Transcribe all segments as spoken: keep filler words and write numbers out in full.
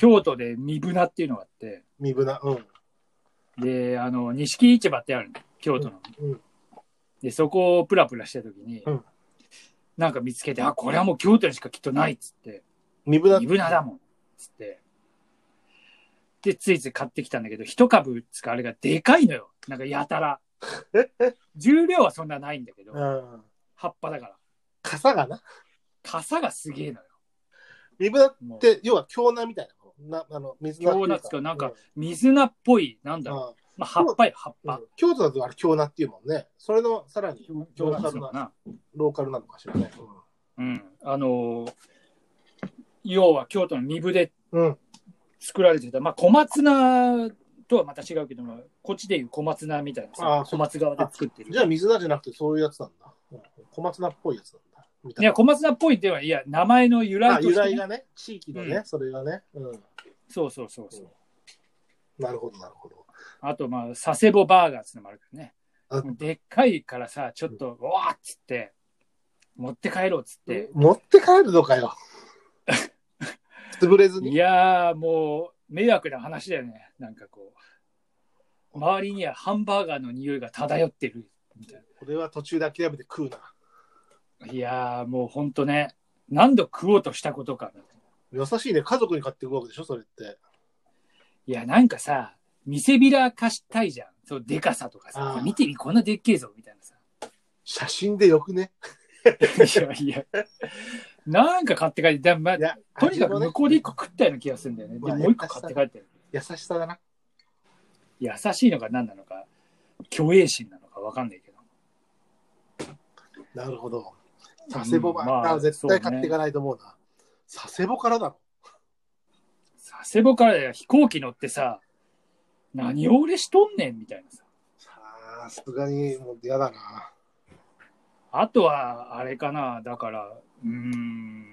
京都で三船っていうのがあって。 三船、うん。 で、あの、錦市場ってあるの。京都の。うんうん、で、そこをプラプラしたときに、うん、なんか見つけて、あ、これはもう京都にしかきっとないっつって。 三船三船だもん。つって。で、ついつい買ってきたんだけど、一株つかあれがでかいのよ。なんかやたら。重量はそんなないんだけど、うん、葉っぱだから。 傘がな。 傘がすげえのよ。 三船って、要は京菜みたいなな、あの、水菜京菜つか、なんか、水菜っぽい、なんだろう。まあ、葉っぱよ、葉っぱ。 京都だとあれ京菜っていうもんね。それの、さらに、京菜な、ローカルなのかしらね。 うん。うん、あのー、要は京都の三部で作られてた、まあ、小松菜とはまた違うけども、こっちでいう小松菜みたいなさ、小松側で作ってる。 じゃあ水菜じゃなくてそういうやつなんだ。小松菜っぽいやつなんだ。 いや、小松菜っぽいでは、いや、名前の由来として、ね。 由来がね、地域のね、うん、それがね。うん。 そうそうそうそう、 うん。なるほど、なるほど。 あと、まあ、佐世保バーガーっていうのもあるけどね。でっかいからさ、ちょっと、うわーっつって、持って帰ろうっつって。 持って帰るのかよ。潰れずに。 いやー、もう、迷惑な話だよね。なんかこう。周りにはハンバーガーの匂いが漂ってるみたいな。 これは途中で諦めて食うな。 いやー、もうほんとね、何度食おうとしたことか。 優しいね。家族に買っていくわけでしょ、それって。 いや、なんかさ、見せびらかしたいじゃん。そう、でかさとかさ。見てみ、こんなでっけえぞ、みたいなさ。 写真でよくね。 いやいや。なんか買って帰って、まあ、とにかく向こうで一個食ったような気がするんだよね。で、もう一個買って帰ってる。 優しさだな。 優しいのか何なのか、虚栄心なのか分かんないけど。 なるほど。佐世保は、うんまあ、絶対買っていかないと思うな。うね、佐世保からだろ。 佐世保から飛行機乗ってさ、何を俺しとんねんみたいなさ。 さすがにもう嫌だな。 あとは、あれかな、だから、うーん、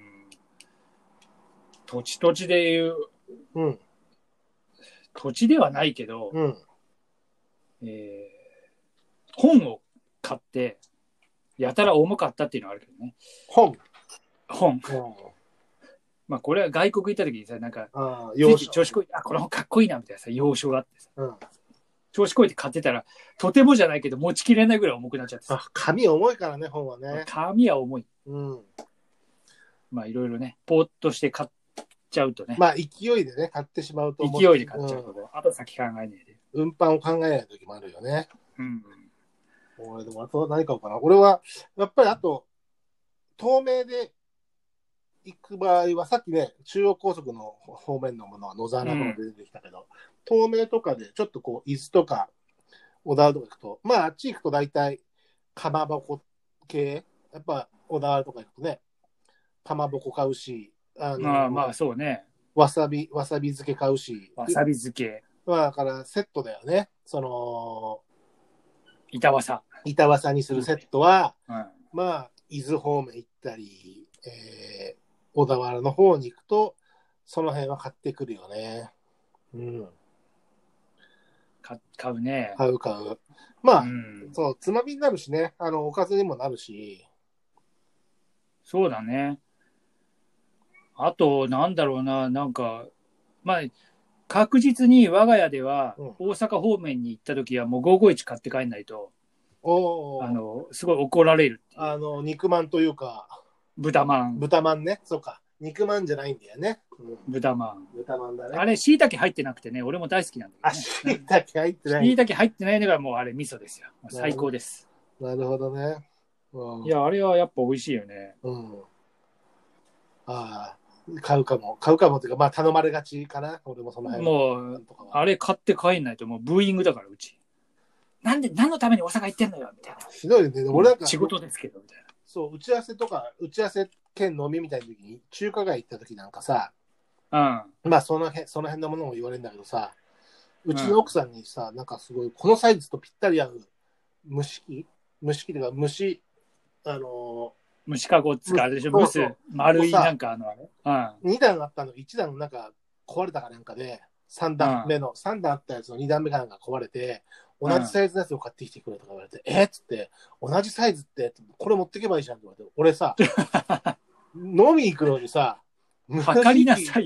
土地土地でいう、 うん、 土地ではないけど、 うんえー、本を買って、やたら重かったっていうのはあるけどね。 本本。うん、まあ、これは外国行った時にさ、なんか、調子こいて、あ、この本かっこいいな、みたいなさ、要所があってさ。うん、調子こいて買ってたら、とてもじゃないけど、持ちきれないぐらい重くなっちゃってさ。 あ、紙重いからね、本はね。 紙は重い。 うん。 まあ、いろいろね、ポーッとして買っちゃうとね。 まあ、勢いでね、買ってしまうと思う。 勢いで買っちゃうと、うん、あと先考えないで。 運搬を考えない時もあるよね。 うん。 俺、でも、あと何買おうかな。俺は、やっぱりあと、透明で行く場合は、さっきね、中央高速の方面のものは野沢菜とかで出てきたけど、うん、透明とかで、ちょっとこう、伊豆とか、小田原とか行くと、まあ、あっち行くと大体、かまぼこ系、やっぱ、小田原とか行くとね、かまぼこ買うし、 あのまあまあ、そうね。 わさび、わさび漬け買うし。 わさび漬け。 まあ、だからセットだよね。その、 板わさ。 板わさにするセットは、 うん、 まあ、伊豆方面行ったり、えー、小田原の方に行くと、その辺は買ってくるよね。うん。 か買うね。 買う買う。まあ、うん、そう、つまみになるしね。あの、おかずにもなるし。 そうだね。あと、なんだろうな、なんか、まあ、確実に我が家では、大阪方面に行った時はもうごーごーいち買って帰んないと、 おあの、すごい怒られる。 あの、肉まんというか、 豚まん。 豚まんね。そうか。肉まんじゃないんだよね。 うん、豚まん。 豚まんだね。 あれ、椎茸入ってなくてね、俺も大好きなんだけど、ね。 あ、椎茸入ってない。 椎茸入ってないのがもうあれ、味噌ですよ。最高です。 なるほどね。 うん、いや、あれはやっぱ美味しいよね。 うん。ああ、買うかも。買うかもっていうか、まあ頼まれがちかな。俺もその辺もう、あれ買って帰んないともうブーイングだから、うち。なんで、何のために大阪行ってんのよみたいな。 ひどいね。俺なんか。 仕事ですけど、みたいな。 そう、打ち合わせとか、打ち合わせ兼飲みみたいな時に、中華街行った時なんかさ、 うん。 まあその辺、その辺のものも言われるんだけどさ、うちの奥さんにさ、うん、なんかすごい、このサイズとぴったり合う蒸し器蒸し器というか、蒸し、あのー、蒸しかご使うでしょ、蒸す、丸いなんかあのあれ、うん、に段あったの、いち段なんか壊れたかなんかで、さん段目の、うん、さん段あったやつのに段目かなんか壊れて、同じサイズのやつを買ってきてくれとか言われて、うん、えっつって、同じサイズって、これ持ってけばいいじゃんって言われて、俺さ、飲み行くのにさ、 測りなさいよ。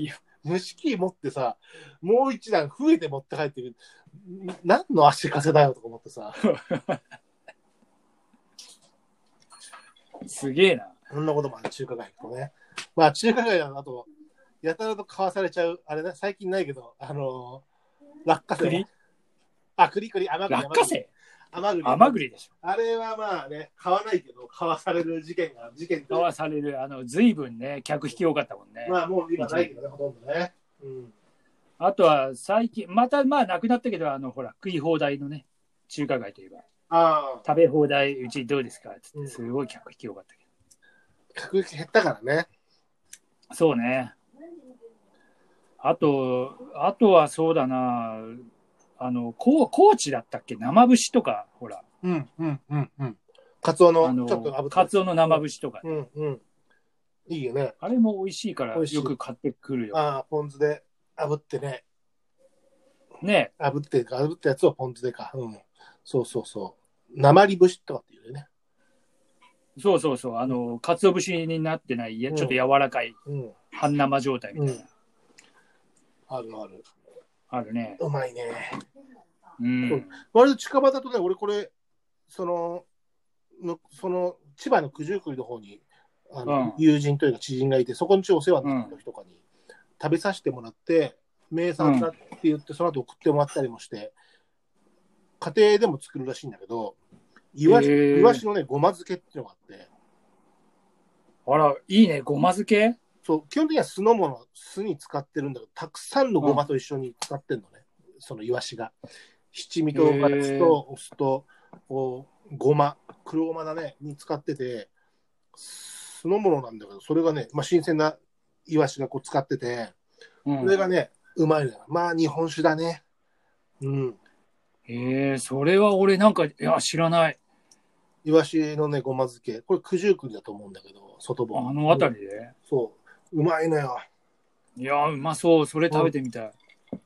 蒸し器持ってさ、もう一段増えて持って帰ってくる。何の足かせだよとか思ってさ。 すげえな。 そんなこともある、中華街とね。まあ中華街だと、あと、やたらと買わされちゃう、あれね、最近ないけど、あのー、落花生。 栗あ、栗栗、甘栗。 落花生甘栗。 甘栗でしょ。 あれはまあね、買わないけど、買わされる事件が、事件買わされる、あの、随分ね、客引き多かったもんね。 まあもう今ないけどね、ほとんどね。うん。 あとは最近、またまあなくなったけど、あの、ほら、食い放題のね、中華街といえば。 ああ。 食べ放題、うちどうですかつって、すごい客引き多かったけど。 客引き減ったからね。 そうね。あと、あとはそうだな、あの、高知だったっけ生節とか、ほら。 うんうんうんうん。カツオの、ちょっと炙ってカツオの生節とか、 ね。うんうん。いいよね。 あれも美味しいからよく買ってくるよ。 ああ、ポン酢で炙ってね。 ね炙ってか、炙ったやつをポン酢でか。うん。そうそうそう。生節とかっていうね。 そうそうそう。あの、かつお節になってない、ちょっと柔らかい、うん、半生状態みたいな、うん。 あるある。 あるね。 うまいね。 うん。 割と近場だとね、俺これ、その、のその千葉の九十九里の方にあの、うん、友人というか知人がいて、そこにお世話になった人とかに食べさせてもらって、名産だって言って、その後送ってもらったりもして、家庭でも作るらしいんだけど、イワシ、イワシのね、ごま漬けっていうのがあって。 あら、いいね、ごま漬け？ そう、基本的には酢の物、酢に使ってるんだけど、たくさんのごまと一緒に使ってるのね、うん、そのイワシが。七味唐辛子とお酢とおごま、黒ごまだね、に使ってて、酢の物なんだけど、それがね、まあ、新鮮なイワシがこう使ってて、うん、それがね、うまいのよ。まあ、日本酒だね。うん。 へえ、それは俺なんか、いや、知らない。 イワシのね、ごま漬け。これ九十九里だと思うんだけど、外房。 あの辺りで、 そう。うまいのよ。 いや、うまそう。それ食べてみたい。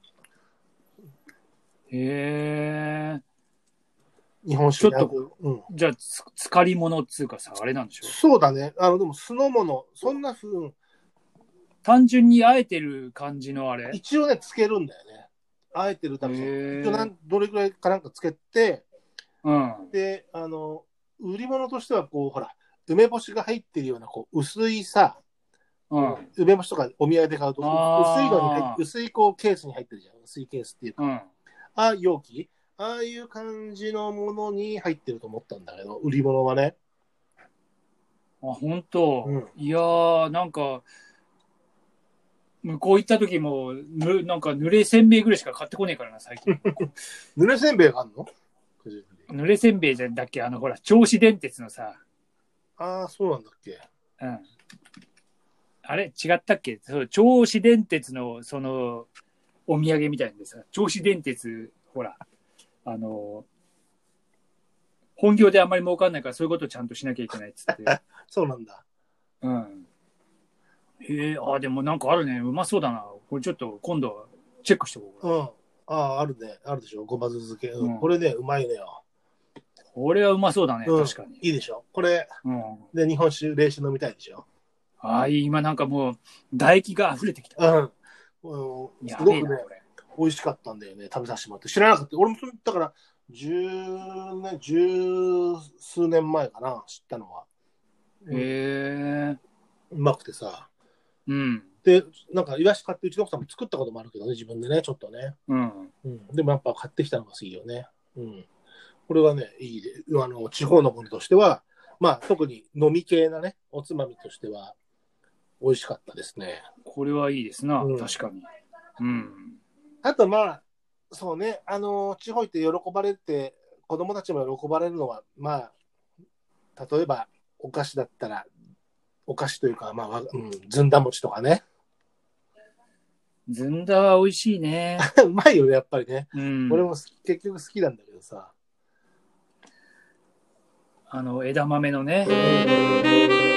うん、へえ。 日本酒ちょっと、うん、じゃあつ、つかり物っつうかさ、あれなんでしょう。 そうだね。あの、でも酢の物、そんなふう、 単純にあえてる感じのあれ一応ね、つけるんだよね。あえてるために。一応なん、どれくらいかなんかつけて、 うん、 で、あの、売り物としては、こう、ほら、梅干しが入ってるような、こう、薄いさ、うん、梅干しとかお土産で買うと、薄いのに入って、薄いこうケースに入ってるじゃん。薄いケースっていうか。うん、ああ、容器ああいう感じのものに入ってると思ったんだけど、売り物はね。 あ、本当、うん、いやー、なんか、向こう行った時も、ぬなんか濡れせんべいぐらいしか買ってこねえからな、最近。 濡れせんべいがあるの？ 濡れせんべいじゃんだっけ、あの、ほら、銚子電鉄のさ。 ああ、そうなんだっけ。 うん。あれ違ったっけ？そう、銚子電鉄の、その、お土産みたいなんでさ、銚子電鉄、ほら、あの、本業であんまり儲かんないから、そういうことをちゃんとしなきゃいけないっつって。 そうなんだ。 うん。へえ、あ、でもなんかあるね。うまそうだな。これちょっと今度チェックしておこう。 うん。ああ、あるね。あるでしょ。ごま酢漬け。うん。これね、うまいのよ。 これはうまそうだね。 うん、 確かに。 いいでしょ。これ、うん、で、日本酒、冷酒飲みたいでしょ。 ああ、今なんかもう、唾液が溢れてきた。 うん。うん、すごくね、美味しかったんだよね。食べさせてもらって。知らなかった。俺も、だから、十年、十数年前かな、知ったのは。 へえ、 うん。うまくてさ。 うん。 で、なんか、イワシ買って、うちの奥さんも作ったこともあるけどね、自分でね、ちょっとね。うん。うん、でもやっぱ買ってきたのがいいよね。うん。これはね、いいで、あの、地方のものとしては、まあ、特に飲み系なね、おつまみとしては、美味しかったですね。 これはいいですな、うん、確かに。うん。 あと、まあ、そうね、あの、地方行って喜ばれて、子供たちも喜ばれるのは、まあ、例えば、お菓子だったら、お菓子というか、まあ、うん、ずんだ餅とかね。 ずんだは美味しいね。 うまいよね、やっぱりね。うん、俺も結局好きなんだけどさ。 あの、枝豆のね。